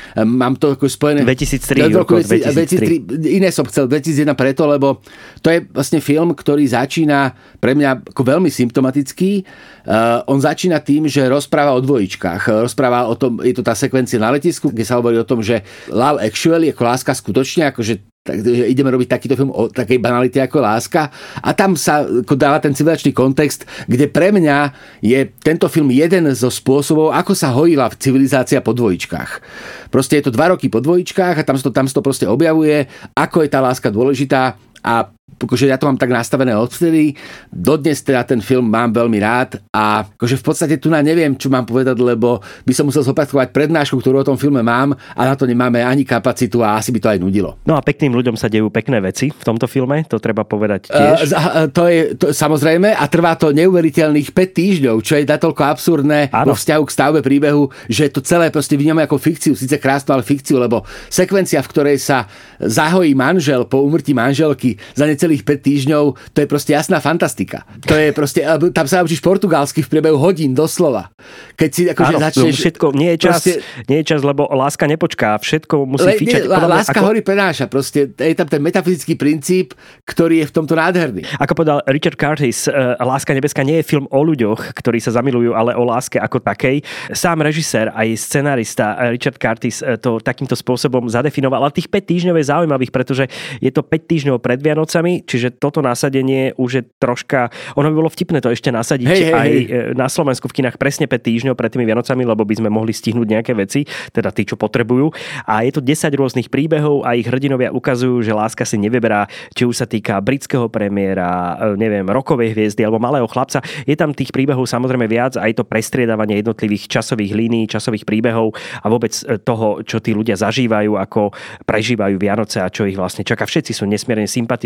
Mám to ako spojené... dvetisíctri. Roku dvetisíctri. Iné som chcel dvetisícjeden preto, lebo to je vlastne film, ktorý začína pre mňa ako veľmi symptomatický. Uh, on začína tým, že rozpráva o dvojičkách. Rozpráva o tom, je to tá sekvencia na letisku, kde sa hovorí o tom, že Love Actually, ako láska skutočne, akože takže ideme robiť takýto film o takej banalite ako láska. A tam sa ako dáva ten civilizačný kontext, kde pre mňa je tento film jeden zo spôsobov, ako sa hojila civilizácia po dvojičkách. Proste je to dva roky po dvojičkách a tam sa to, tam sa to proste objavuje, ako je tá láska dôležitá. A akože ja to mám tak nastavené odvtedy. Dodnes teda ten film mám veľmi rád a akože v podstate tu na neviem, čo mám povedať, lebo by som musel zopakovať prednášku, ktorú o tom filme mám a na to nemáme ani kapacitu a asi by to aj nudilo. No a pekným ľuďom sa dejú pekné veci v tomto filme, to treba povedať tiež. Uh, to je to, samozrejme a trvá to neuveriteľných päť týždňov, čo je natoľko absurdné vo vzťahu k stavbe príbehu, že to celé proste vnímame ako fikciu, síce krásnu, ale fikciu, lebo sekvencia, v ktorej sa zahojí manžel po úmrtí manželky za necelých päť týždňov, to je proste jasná fantastika. To je proste, tam sa učíš portugalsky v priebehu hodín, doslova. Keď si akože áno, začneš... všetko, nie je čas, proste, nie je čas, lebo láska nepočká, všetko musí le, fičať. Nie, láska ako... hory prenáša, proste je tam ten metafyzický princíp, ktorý je v tomto nádherný. Ako povedal Richard Curtis, Láska nebeská nie je film o ľuďoch, ktorí sa zamilujú, ale o láske ako takej. Sám režisér aj scenarista Richard Curtis to takýmto spôsobom zadefinoval. Ale tých päť týždňov je zaujímavých, pretože je to päť týždňov pred Vianocami, čiže toto nasadenie už je troška... Ono by bolo vtipné to ešte nasadiť hej, hej, aj hej. na Slovensku v kinách presne päť týždňov pred tými Vianocami, lebo by sme mohli stihnúť nejaké veci, teda tí, čo potrebujú. A je to desať rôznych príbehov a ich hrdinovia ukazujú, že láska si nevyberá, či už sa týka britského premiéra, neviem, rokovej hviezdy alebo malého chlapca. Je tam tých príbehov samozrejme viac a je to prestriedávanie jednotlivých časových línií, časových príbehov a vôbec toho, čo tí ľudia zažívajú, ako prežívajú Vianoce a čo ich vlastne čaká. Všetci sú nesmierne sympatickí,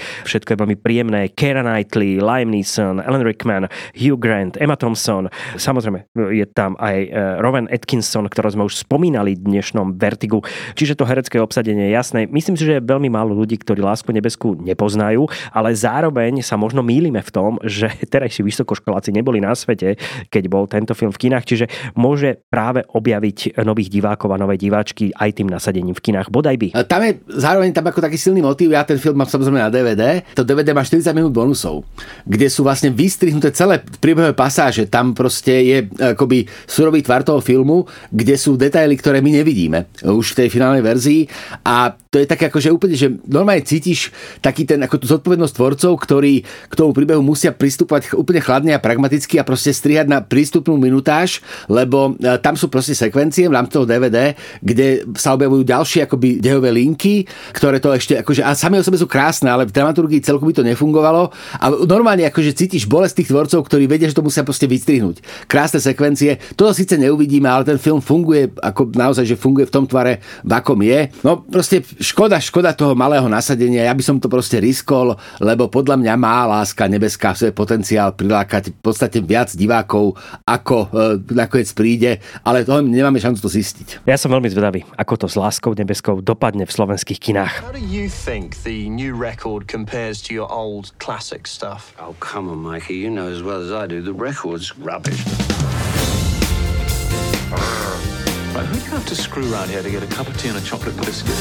Všetko je veľmi príjemné. Keira Knightley, Liam Neeson, Alan Rickman, Hugh Grant, Emma Thompson. Samozrejme, je tam aj Rowan Atkinson, ktorého sme už spomínali v dnešnom Vertigu. Čiže to herecké obsadenie je jasné. Myslím si, že je veľmi málo ľudí, ktorí Lásku nebeskú nepoznajú, ale zároveň sa možno mýlime v tom, že terajší vysokoškoláci neboli na svete, keď bol tento film v kinách, čiže môže práve objaviť nových divákov a nové diváčky aj tým nasadením v kinách. Bodaj by. Tam je zároveň tam ako taký silný motív. Ja ten film mám samozrejme na dé vé dé. To dé vé dé má štyridsať minút bonusov, kde sú vlastne vystrihnuté celé príbehové pasáže. Tam proste je akoby surový tvar toho filmu, kde sú detaily, ktoré my nevidíme už v tej finálnej verzii. A to je také akože úplne, že normálne cítiš taký ten, ako tú zodpovednosť tvorcov, ktorí k tomu príbehu musia pristúpať úplne chladne a pragmaticky a proste strihať na prístupnú minutáž, lebo tam sú proste sekvencie v rámci toho dé vé dé, kde sa objavujú ďalšie akoby dejové linky, ktoré to ešte akože, a sami o sebe sú krásne, ale v dramaturgii celku by to nefungovalo. A normálne akože cítiš bolesť tých tvorcov, ktorí vedia, že to musia proste vystrihnúť. Krásne sekvencie. Toto síce neuvidíme, ale ten film funguje ako naozaj, že funguje v tom tvare, v akom je. No proste škoda, škoda toho malého nasadenia. Ja by som to proste riskol, lebo podľa mňa má Láska nebeská svoj potenciál prilákať v podstate viac divákov, ako e, nakoniec príde, ale to nemáme šancu to zistiť. Ja som veľmi zvedavý, ako to s Láskou nebeskou dopadne v slovenských kinách. How do you think the new record compares to your old classic stuff? Oh, come on, Mikey. You know as well as I do, the record's rubbish. Right, who do you have to screw around here to get a cup of tea and a chocolate biscuit?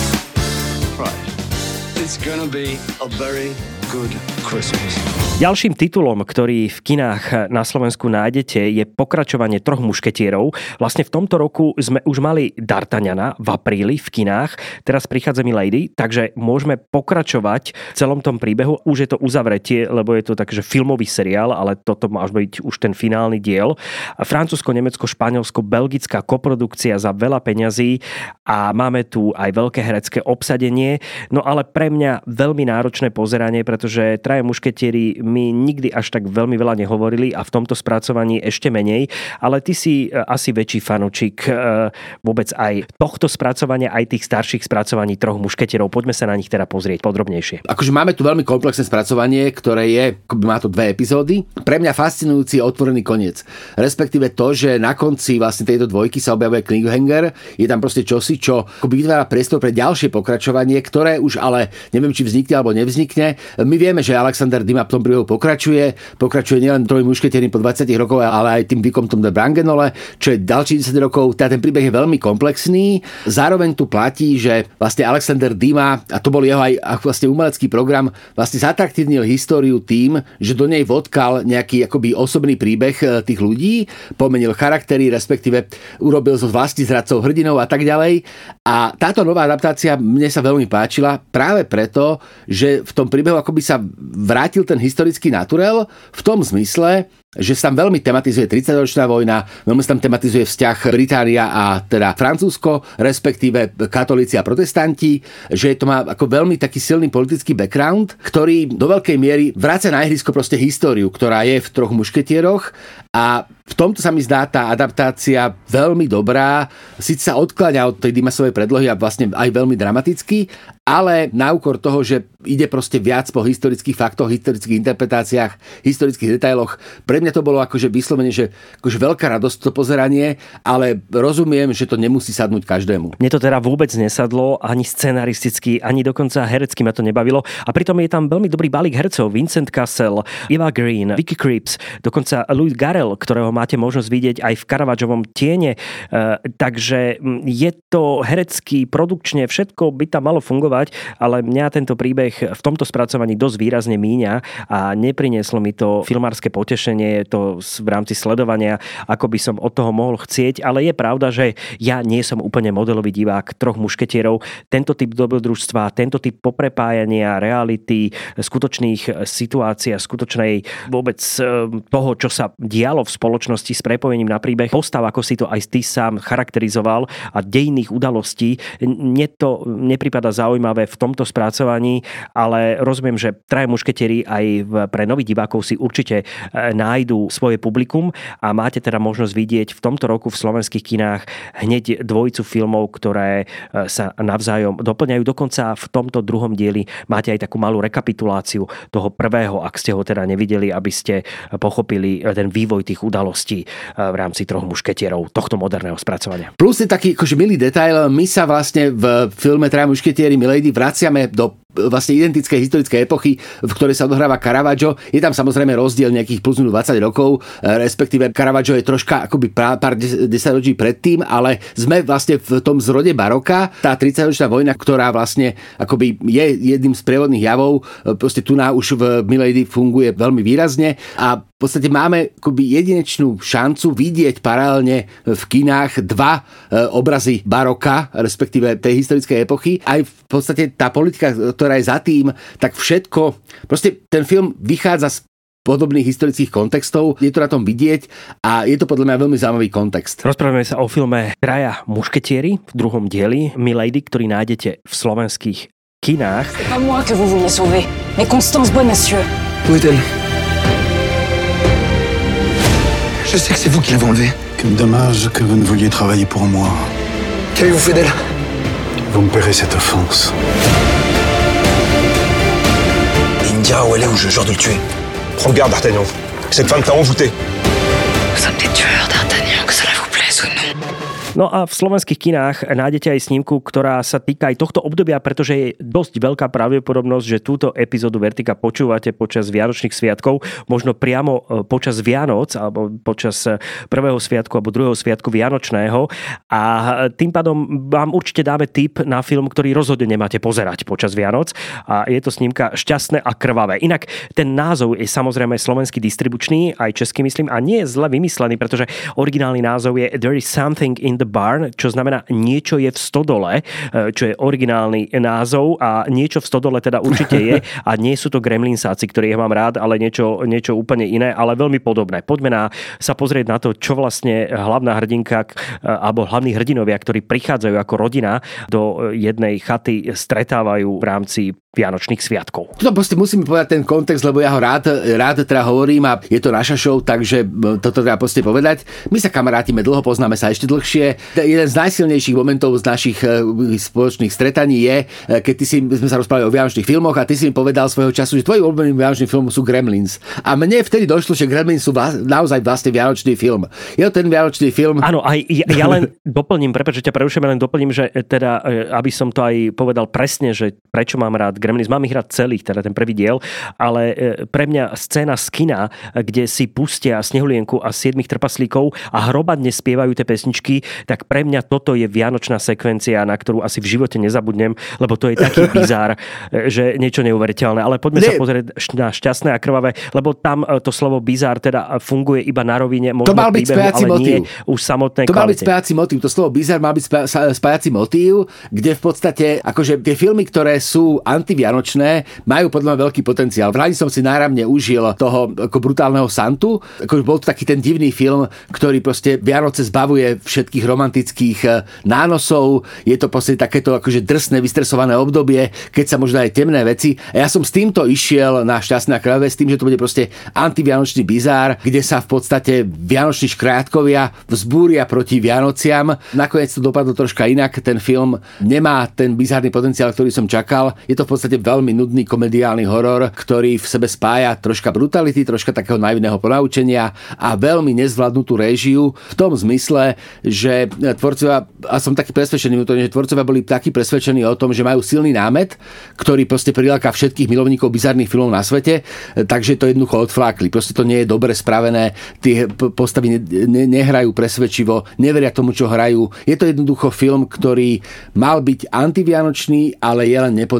Right. It's gonna be a very good Christmas. Ďalším titulom, ktorý v kinách na Slovensku nájdete, je pokračovanie Troch mušketierov. Vlastne v tomto roku sme už mali D'Artagnana v apríli v kinách, teraz prichádza Milady, takže môžeme pokračovať v celom tom príbehu. Už je to uzavretie, lebo je to takže filmový seriál, ale toto má byť už ten finálny diel. Francúzsko, Nemecko, Španielsko, belgická koprodukcia za veľa peňazí a máme tu aj veľké herecké obsadenie, no ale pre mňa veľmi náročné pozeranie, pretože Traja mušketieri mi nikdy až tak veľmi veľa nehovorili a v tomto spracovaní ešte menej, ale ty si asi väčší fanúčik vôbec aj tohto spracovania, aj tých starších spracovaní Troch mušketierov. Poďme sa na nich teda pozrieť podrobnejšie. Akože máme tu veľmi komplexné spracovanie, ktoré je, má to dve epizódy. Pre mňa fascinujúci je otvorený koniec. Respektíve to, že na konci vlastne tejto dvojky sa objavuje cliffhanger, je tam proste čosi, čo akoby vytvára priestor pre ďalšie pokračovanie, ktoré už ale neviem, či vznikne alebo nevznikne. My vieme, že Alexander Dumas v tom príbehu pokračuje. Pokračuje nielen Tromi mušketiermi po dvadsiatich rokoch, ale aj tým Vicomtom de Brangenole, čo je ďalší desať rokov. Teda ten príbeh je veľmi komplexný. Zároveň tu platí, že vlastne Alexander Dumas, a to bol jeho aj vlastne umelecký program, vlastne zatraktívnil históriu tým, že do nej vodkal nejaký akoby osobný príbeh tých ľudí, pomenil charaktery, respektíve urobil zo vlastizradcov hrdinov a tak ďalej. A táto nová adaptácia mne sa veľmi páčila práve preto, že v tom príbehu akoby sa vrátil ten historický naturel v tom zmysle, že sa tam veľmi tematizuje tridsaťročná vojna, veľmi sa tam tematizuje vzťah Británia a teda Francúzsko, respektíve katolíci a protestanti, že to má ako veľmi taký silný politický background, ktorý do veľkej miery vracia na ihrisko proste históriu, ktorá je v Troch mušketieroch a v tomto sa mi zdá tá adaptácia veľmi dobrá, síce sa odkláňa od tej Dumasovej predlohy a vlastne aj veľmi dramaticky, ale na úkor toho, že ide proste viac po historických faktoch, historických interpretáciách, historických detailoch. Pre mňa to bolo akože vyslovene, že akože veľká radosť to pozeranie, ale rozumiem, že to nemusí sadnúť každému. Mne to teda vôbec nesadlo, ani scenaristicky, ani dokonca herecky ma to nebavilo. A pritom je tam veľmi dobrý balík hercov. Vincent Cassel, Eva Green, Vicky Krieps, dokonca Louis Garrel, ktorého máte možnosť vidieť aj v Caravaggovom tiene. E, takže je to herecky, produkčne, všetko by tam malo fungovať, ale mňa tento príbeh v tomto spracovaní dosť výrazne míňa a neprinieslo mi to filmárske potešenie, to v rámci sledovania, ako by som od toho mohol chcieť, ale je pravda, že ja nie som úplne modelový divák Troch mušketierov. Tento typ dobrodružstva, tento typ poprepájania reality, skutočných situácií a skutočnej vôbec toho, čo sa dialo v spoločnosti s prepojením na príbeh, postav, ako si to aj ty sám charakterizoval a dejinných udalostí, mne to nepripadá zaujímavé. zaujímavé v tomto spracovaní, ale rozumiem, že Traja mušketieri aj v, pre nových divákov si určite nájdú svoje publikum a máte teda možnosť vidieť v tomto roku v slovenských kinách hneď dvojicu filmov, ktoré sa navzájom doplňajú. Dokonca v tomto druhom dieli máte aj takú malú rekapituláciu toho prvého, ak ste ho teda nevideli, aby ste pochopili ten vývoj tých udalostí v rámci Troch mušketierov, tohto moderného spracovania. Plus je taký akože milý detail, my sa vlastne v filme Traja mušketieri milady vraciame do vlastne identické historické epochy, v ktorej sa odohráva Caravaggio. Je tam samozrejme rozdiel nejakých plus minus dvadsať rokov, respektíve Caravaggio je troška akoby pár, pár desaťročí predtým, ale sme vlastne v tom zrode baroka. Tá tridsaťročná vojna, ktorá vlastne akoby je jedným z prievodných javov, proste tu na už v milady funguje veľmi výrazne a v podstate máme akoby jedinečnú šancu vidieť paralelne v kinách dva obrazy baroka, respektíve tej historickej epochy. Aj v podstate tá politika, ktorá je za tým, tak všetko, proste ten film vychádza z podobných historických kontextov, je to na tom vidieť a je to podľa mňa veľmi zaujímavý kontext. Rozprávame sa o filme Traja mušketieri v druhom dieli Milady, ktorý nájdete v slovenských kinách. C'est pas moi que vous vouliez sauver, mais Constance Bonacieux. Où est-elle? Je sais que c'est vous qui l'avez enlevée. Quel dommage que vous ne vouliez travailler pour moi. Qu'avez-vous fait d'elle? Vous me paierez cette offense. Il me dira où elle est ou je jure de le tuer. Prends garde, D'Artagnan. Cette femme t'a envoûté. Nous sommes des tueurs, D'Artagnan, que cela vous plaise ou non. No a v slovenských kinách nájdete aj snímku, ktorá sa týka aj tohto obdobia, pretože je dosť veľká pravdepodobnosť, že túto epizódu Vertika počúvate počas Vianočných sviatkov, možno priamo počas Vianoc, alebo počas prvého sviatku alebo druhého sviatku Vianočného. A tým pádom vám určite dáme tip na film, ktorý rozhodne nemáte pozerať počas Vianoc. A je to snímka Šťastné a krvavé. Inak ten názov je samozrejme slovenský distribučný, aj český myslím, a nie je zle vymyslený, pretože originálny názov je There is something in the barn, čo znamená niečo je v stodole, čo je originálny názov a niečo v stodole teda určite je a nie sú to gremlinsáci, ktorých ja mám rád, ale niečo, niečo úplne iné, ale veľmi podobné. Poďme na, sa pozrieť na to, čo vlastne hlavná hrdinka alebo hlavní hrdinovia, ktorí prichádzajú ako rodina do jednej chaty, stretávajú v rámci Vianočných sviatkov. To proste musím povedať ten kontext, lebo ja ho rád, rád teda hovorím a je to naša show, takže toto treba proste povedať. My sa kamarátime dlho, poznáme sa ešte dlhšie. Jeden z najsilnejších momentov z našich spoločných stretaní je, keď ty si, sme sa rozprávali o vianočných filmoch a ty si mi povedal svojho času, že tvojím obľúbeným vianočným filmom sú Gremlins. A mne vtedy došlo, že Gremlins sú vla, naozaj vlastne vianočný film. Je to ten vianočný film. Áno, aj ja, ja len doplním, prepáč, že ťa prerušujem, len doplním, že teda, aby som to aj povedal presne, že prečo mám rád Gremlins. Mám ich rád celých, teda ten prvý diel, ale pre mňa scéna z kina, kde si pustia Snehulienku a siedmich trpaslíkov a hromadne spievajú tie pesničky, tak pre mňa toto je vianočná sekvencia, na ktorú asi v živote nezabudnem, lebo to je taký bizár, že niečo neuveriteľné. Ale poďme Nie. sa pozrieť na Šťastné a krvavé, lebo tam to slovo bizár teda funguje iba na rovine možno to mal byť príbehu, ale motív. nie už samotnej To kvalite. mal byť spájací motív. To slovo bizár mal byť spájací motív, kde v podstate akože tie filmy, ktoré sú antivianočné, majú podľa mňa veľký potenciál. V Hlani som si náramne užil toho ako brutálneho Santu. Akože bol to taký ten divný film, ktorý proste Vianoce zbavuje všetkých romantických nánosov. Je to proste takéto akože drsné, vystresované obdobie, keď sa možno aj temné veci. A ja som s týmto išiel na Šťastné a krvavé, s tým, že to bude proste antivianočný bizár, kde sa v podstate vianoční škrátkovia vzbúria proti Vianociam. Nakoniec to dopadlo troška inak. Ten film nemá ten bizárny potenciál, ktorý som čakal. Je to v podstate veľmi nudný komediálny horor, ktorý v sebe spája troška brutality, troška takého naivného ponaučenia a veľmi nezvládnutú réžiu v tom zmysle, že tvorcovia, a som taký presvedčený, že tvorcovia boli takí presvedčení o tom, že majú silný námet, ktorý proste priláka všetkých milovníkov bizarných filmov na svete, takže to jednoducho odflákli. Proste to nie je dobre spravené, tie postavy ne, ne, nehrajú presvedčivo, neveria tomu, čo hrajú. Je to jednoducho film, ktorý mal byť antivianočný, ale je len nepodarený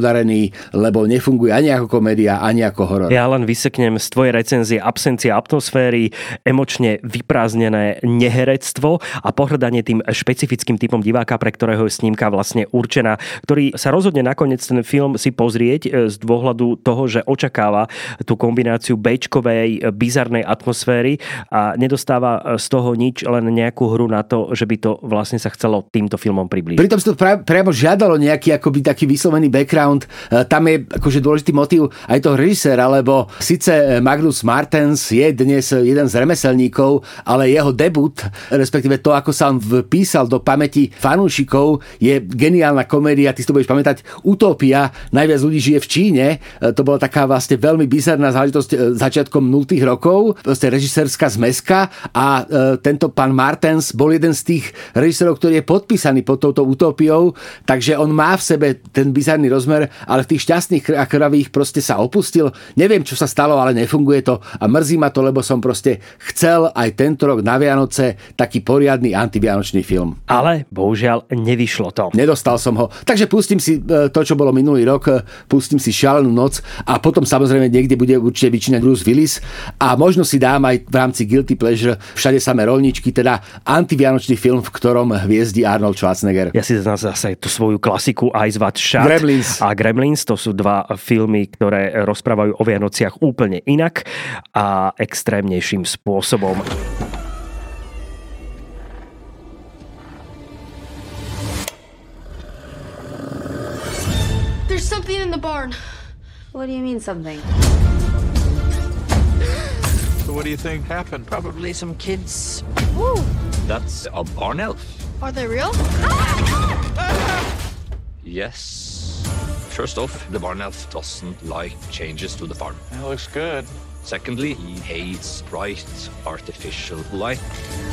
filmy, lebo nefunguje ani ako komédia, ani ako horor. Ja len vyseknem z tvojej recenzie absencia atmosféry, emočne vyprázdnené neherectvo a pohrdanie tým špecifickým typom diváka, pre ktorého je snímka vlastne určená, ktorý sa rozhodne nakoniec ten film si pozrieť z dôhľadu toho, že očakáva tú kombináciu béčkovej, bizarnej atmosféry a nedostáva z toho nič, len nejakú hru na to, že by to vlastne sa chcelo týmto filmom priblížiť. Pritom si to pra- priamo žiadalo nejaký akoby taký vyslovený background. Tam je akože dôležitý motív aj toho režiséra, lebo síce Magnus Martens je dnes jeden z remeselníkov, ale jeho debut, respektíve to, ako sa on vpísal do pamäti fanúšikov, je geniálna komédia, ty si to budeš pamätať, Utopia, najviac ľudí žije v Číne. To bola taká vlastne veľmi bizarná záležitosť začiatkom nultých rokov, proste režisérska zmeska a e, tento pán Martens bol jeden z tých režisérov, ktorý je podpísaný pod touto Utópiou, takže on má v sebe ten bizarný rozmer, ale v tých šťastných a krvavých proste sa opustil. Neviem, čo sa stalo, ale nefunguje to a mrzí ma to, lebo som proste chcel aj tento rok na Vianoce taký poriadny antivianočný film. Ale bohužiaľ nevyšlo to. Nedostal som ho. Takže pustím si to, čo bolo minulý rok, pustím si Šialenú noc a potom samozrejme niekde bude určite vyčínať Bruce Willis a možno si dám aj v rámci Guilty Pleasure Všade samé rolničky, teda antivianočný film, v ktorom hviezdí Arnold Schwarzenegger. Ja si zase tú svoju klasiku Eyes Wide Shut Gremlins. a Gremlins, to sú dva filmy, ktoré rozprávajú o Vianociach úplne inak a extrémnejším spôsobom. There's something in the barn. What do you mean something? So what do you think happened? Probably some kids. Ooh. That's a barn elf. Are they real? Yes. First off, the barn elf doesn't like changes to the farm. That looks good. Secondly, he hates bright artificial light.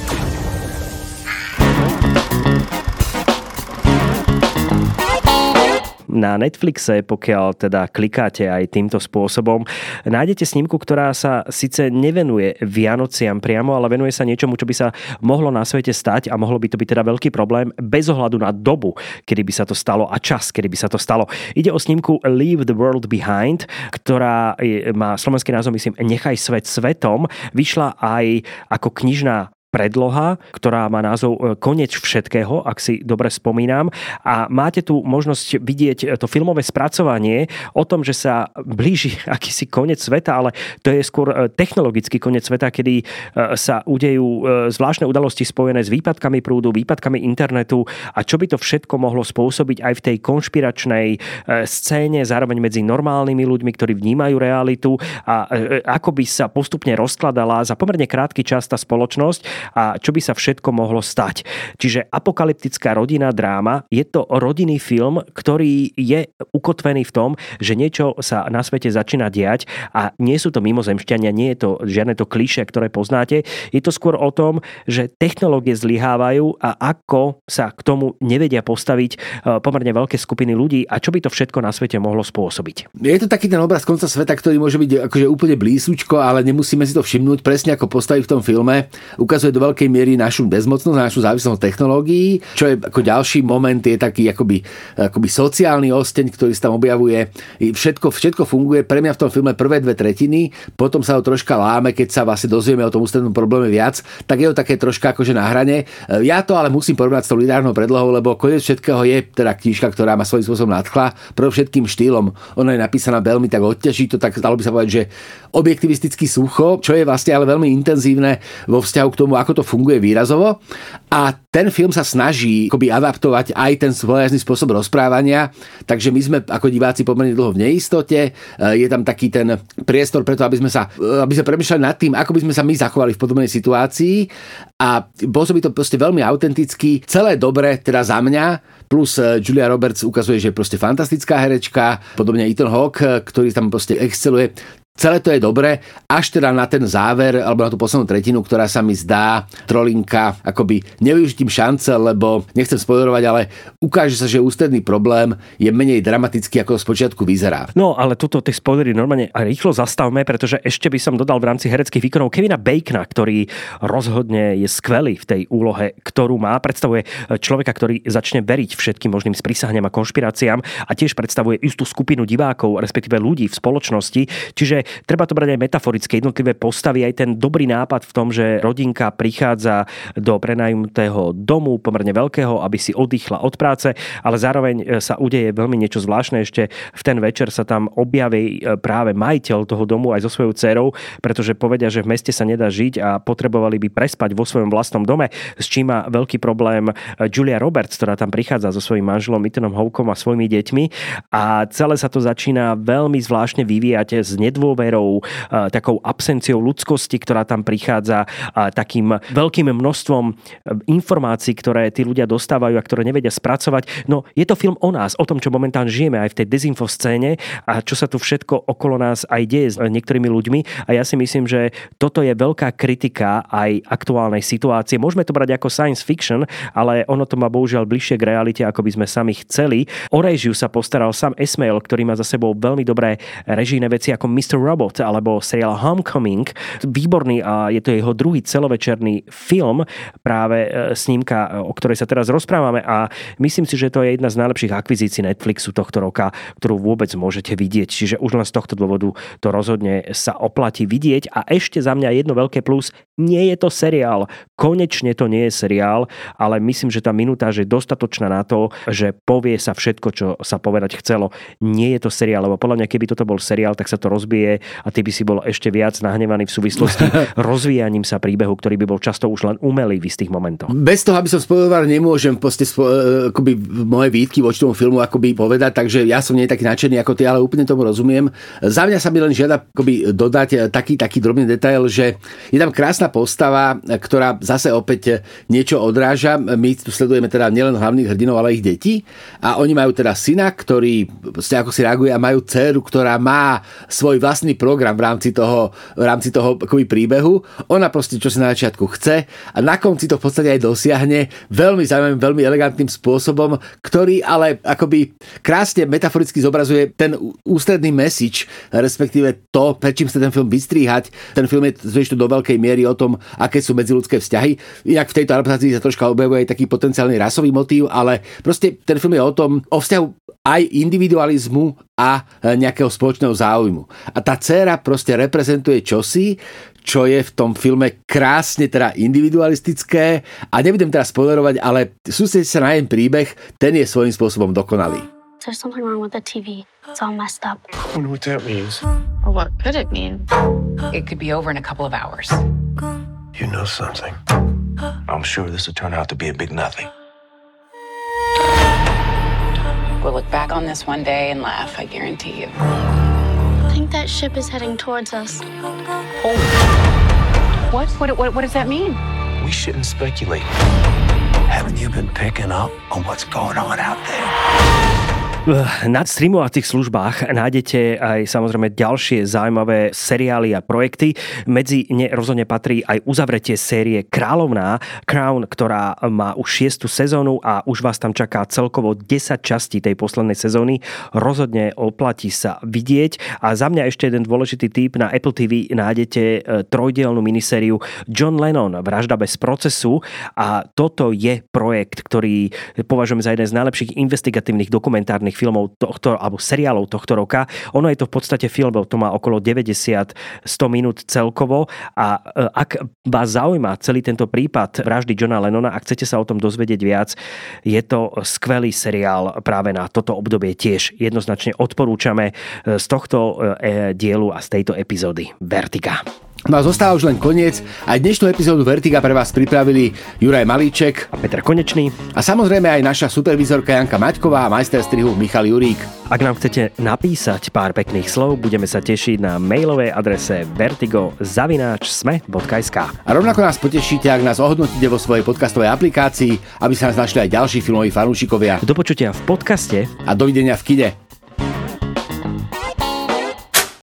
Na Netflixe, pokiaľ teda klikáte aj týmto spôsobom, nájdete snímku, ktorá sa síce nevenuje Vianociam priamo, ale venuje sa niečomu, čo by sa mohlo na svete stať a mohlo by to byť teda veľký problém bez ohľadu na dobu, kedy by sa to stalo a čas, kedy by sa to stalo. Ide o snímku Leave the World Behind, ktorá má slovenský názov, myslím, Nechaj svet svetom. Vyšla aj ako knižná predloha, ktorá má názov Koniec všetkého, ak si dobre spomínam. A máte tu možnosť vidieť to filmové spracovanie o tom, že sa blíži akýsi koniec sveta, ale to je skôr technologický koniec sveta, kedy sa udejú zvláštne udalosti spojené s výpadkami prúdu, výpadkami internetu a čo by to všetko mohlo spôsobiť aj v tej konšpiračnej scéne, zároveň medzi normálnymi ľuďmi, ktorí vnímajú realitu a ako by sa postupne rozkladala za pomerne krátky čas tá spoločnosť a čo by sa všetko mohlo stať. Čiže apokalyptická rodinná dráma, je to rodinný film, ktorý je ukotvený v tom, že niečo sa na svete začína diať a nie sú to mimozemšťania, nie je to žiadne to klišé, ktoré poznáte. Je to skôr o tom, že technológie zlyhávajú a ako sa k tomu nevedia postaviť pomerne veľké skupiny ľudí a čo by to všetko na svete mohlo spôsobiť. Je to taký ten obraz konca sveta, ktorý môže byť akože úplne blízučko, ale nemusíme si to všimnúť presne ako postaví v tom filme. Ukazuje do veľkej miery našu bezmocnosť, našu závislosť technológií. Čo je ako ďalší moment, je taký akoby, akoby sociálny osteň, ktorý sa tam objavuje. Všetko, všetko funguje. Pre mňa v tom filme prvé dve tretiny, potom sa ho troška láme, keď sa vlastne dozvieme o tom ústrednom probléme viac, tak je to také troška akože na hrane. Ja to ale musím porovnať s tou lineárnou predlohou, lebo Koniec všetkého je teda knižka, ktorá má svojím spôsobom nadchla, predovšetkým štýlom. Ona je napísaná veľmi tak odťaží to, tak dalo by sa povedať, že objektivisticky sucho, čo je vlastne ale veľmi intenzívne vo vzťahu k tomu, ako to funguje výrazovo. A ten film sa snaží akoby adaptovať aj ten svojazný spôsob rozprávania, takže my sme ako diváci pomerne dlho v neistote. Je tam taký ten priestor preto, aby sme sa aby sme premýšľali nad tým, ako by sme sa my zachovali v podobnej situácii a pôsobí to proste veľmi autenticky. Celé dobre, teda za mňa, plus Julia Roberts ukazuje, že je proste fantastická herečka, podobne Ethan Hawke, ktorý tam proste exceluje. celé to je dobré, až teda na ten záver, alebo na tú poslednú tretinu, ktorá sa mi zdá trolinka akoby nevyužitím šance, lebo nechcem spoilerovať, ale ukáže sa, že ústredný problém je menej dramatický, ako spočiatku vyzerá. No, ale tuto tie spoilery normálne rýchlo zastavme, pretože ešte by som dodal v rámci hereckých výkonov Kevina Bacona, ktorý rozhodne je skvelý v tej úlohe, ktorú má. Predstavuje človeka, ktorý začne veriť všetkým možným sprísahaniam a konšpiráciám a tiež predstavuje istú skupinu divákov, respektíve ľudí v spoločnosti. Čiže treba to brať aj metaforické, jednotlivé postavy, aj ten dobrý nápad v tom, že rodinka prichádza do prenajmutého domu, pomerne veľkého, aby si oddychla od práce, ale zároveň sa udeje veľmi niečo zvláštne. Ešte v ten večer sa tam objaví práve majiteľ toho domu aj so svojou dcerou, pretože povedia, že v meste sa nedá žiť a potrebovali by prespať vo svojom vlastnom dome, s čím má veľký problém Julia Roberts, ktorá tam prichádza so svojím manželom Ethanom Hawkeom a svojimi deťmi, a celé sa to začína veľmi zvláštne vyvíjať s nedôverou, takou absenciou ľudskosti, ktorá tam prichádza, takým veľkým množstvom informácií, ktoré tí ľudia dostávajú a ktoré nevedia spracovať. No, je to film o nás, o tom, čo momentálne žijeme aj v tej dezinfoscéne a čo sa tu všetko okolo nás aj deje s niektorými ľuďmi. A ja si myslím, že toto je veľká kritika aj aktuálnej situácie. Môžeme to brať ako science fiction, ale ono to má bohužiaľ bližšie k realite, ako by sme sami chceli. O réžiu sa postaral Sam Esmail, ktorý má za sebou veľmi dobré režijné veci ako mister Robot alebo seriál Homecoming. Výborný a je to jeho druhý celovečerný film, práve snímka, o ktorej sa teraz rozprávame, a myslím si, že to je jedna z najlepších akvizícií Netflixu tohto roka, ktorú vôbec môžete vidieť. Čiže už len z tohto dôvodu to rozhodne sa oplatí vidieť. A ešte za mňa jedno veľké plus, nie je to seriál. Konečne to nie je seriál, ale myslím, že tá minutáž je dostatočná na to, že povie sa všetko, čo sa povedať chcelo. Nie je to seriál, lebo podľa mňa, keby toto bol seriál, tak sa to rozbije a ty by si bol ešte viac nahnevaný v súvislosti rozvíjaním sa príbehu, ktorý by bol často už len umelý v istých momentoch. Bez toho, aby som spoiloval, nemôžem proste spo, akoby moje výtky voči tomu filmu akoby povedať, takže ja som nie taký nadšený ako ty, ale úplne tomu rozumiem. Za mňa sa mi len žiada akoby dodať taký, taký drobný detail, že je tam krásna postava, ktorá zase opäť niečo odráža. My tu sledujeme teda nielen hlavných hrdinov, ale ich deti, a oni majú teda syna, ktorý ako si reaguje, a majú dceru, ktorá má svoj vlastný program v rámci toho, v rámci toho akoby príbehu. Ona proste čo si na začiatku chce a na konci to v podstate aj dosiahne veľmi zaujímavým, veľmi elegantným spôsobom, ktorý ale akoby krásne metaforicky zobrazuje ten ústredný message, respektíve to, prečím sa ten film vystríhať. Ten film je to do veľkej miery o tom, aké sú medziľudské vzťahy. Inak v tejto adaptácii sa troška objavuje aj taký potenciálny rasový motív, ale proste ten film je o tom, o vzťahu aj individualizmu a nejakého spoločného záujmu. A tá dcéra proste reprezentuje čosi, čo je v tom filme krásne teda individualistické, a nebudem teraz spoilerovať, ale sústredite sa na jeden príbeh, ten je svojím spôsobom dokonalý. There's something wrong with the T V. It's all messed up. I wonder what that means. Or what could it mean? It could be over in a couple of hours. You know something. I'm sure this will turn out to be a big nothing. We'll look back on this one day and laugh, I guarantee you. I think that ship is heading towards us. Oh. What? What, what? What does that mean? We shouldn't speculate. Haven't you been picking up on what's going on out there? Na streamovacích službách nájdete aj samozrejme ďalšie zaujímavé seriály a projekty. Medzi ne rozhodne patrí aj uzavretie série Kráľovná Crown, ktorá má už šiestu sezónu a už vás tam čaká celkovo desať častí tej poslednej sezóny. Rozhodne oplatí sa vidieť. A za mňa ešte jeden dôležitý tip, na Apple tí ví nájdete trojdielnu minisériu John Lennon, Vražda bez procesu, a toto je projekt, ktorý považujem za jeden z najlepších investigatívnych dokumentárnych filmov tohto, alebo seriálov tohto roka. Ono je to v podstate film, to má okolo deväťdesiat až sto minút celkovo, a ak vás zaujíma celý tento prípad vraždy Johna Lennona, ak chcete sa o tom dozvedieť viac, je to skvelý seriál práve na toto obdobie, tiež jednoznačne odporúčame z tohto dielu a z tejto epizódy Vertiga. No a zostáva už len koniec. Aj dnešnú epizódu Vertiga pre vás pripravili Juraj Malíček a Peter Konečný. A samozrejme aj naša supervizorka Janka Maťková a majster strihu Michal Jurík. Ak nám chcete napísať pár pekných slov, budeme sa tešiť na mailovej adrese vertigo zavináč sme bodka es ká. A rovnako nás potešíte, ak nás ohodnotíte vo svojej podcastovej aplikácii, aby sa nás našli aj ďalší filmoví fanúšikovia. Do počutia v podcaste a dovidenia v kine.